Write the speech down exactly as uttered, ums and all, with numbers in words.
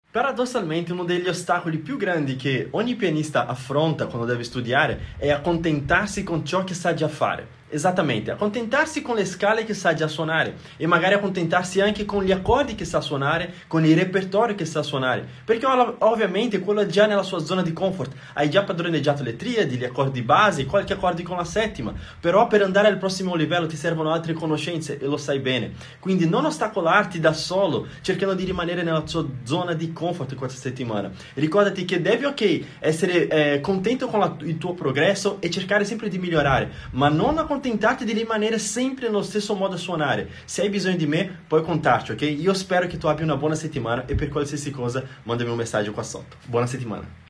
Paradossalmente, uno degli ostacoli più grandi che ogni pianista affronta quando deve studiare è accontentarsi con ciò che sa già fare. Esattamente, accontentarsi con le scale che sa già suonare e magari accontentarsi anche con gli accordi che sa suonare, con il repertorio che sa suonare, perché ov- ovviamente quello è già nella sua zona di comfort, hai già padroneggiato le triadi, gli accordi base, qualche accordi con la settima, però per andare al prossimo livello ti servono altre conoscenze e lo sai bene, quindi non ostacolarti da solo cercando di rimanere nella tua zona di comfort questa settimana. Ricordati che devi ok essere eh, contento con la, il tuo progresso e cercare sempre di migliorare, ma non accontentarti accontentarti di rimanere sempre nello stesso modo a suonare. Se hai bisogno di me, puoi contarci, ok? Io spero che tu abbia una buona settimana e per qualsiasi cosa mandami un messaggio qua sotto. Buona settimana.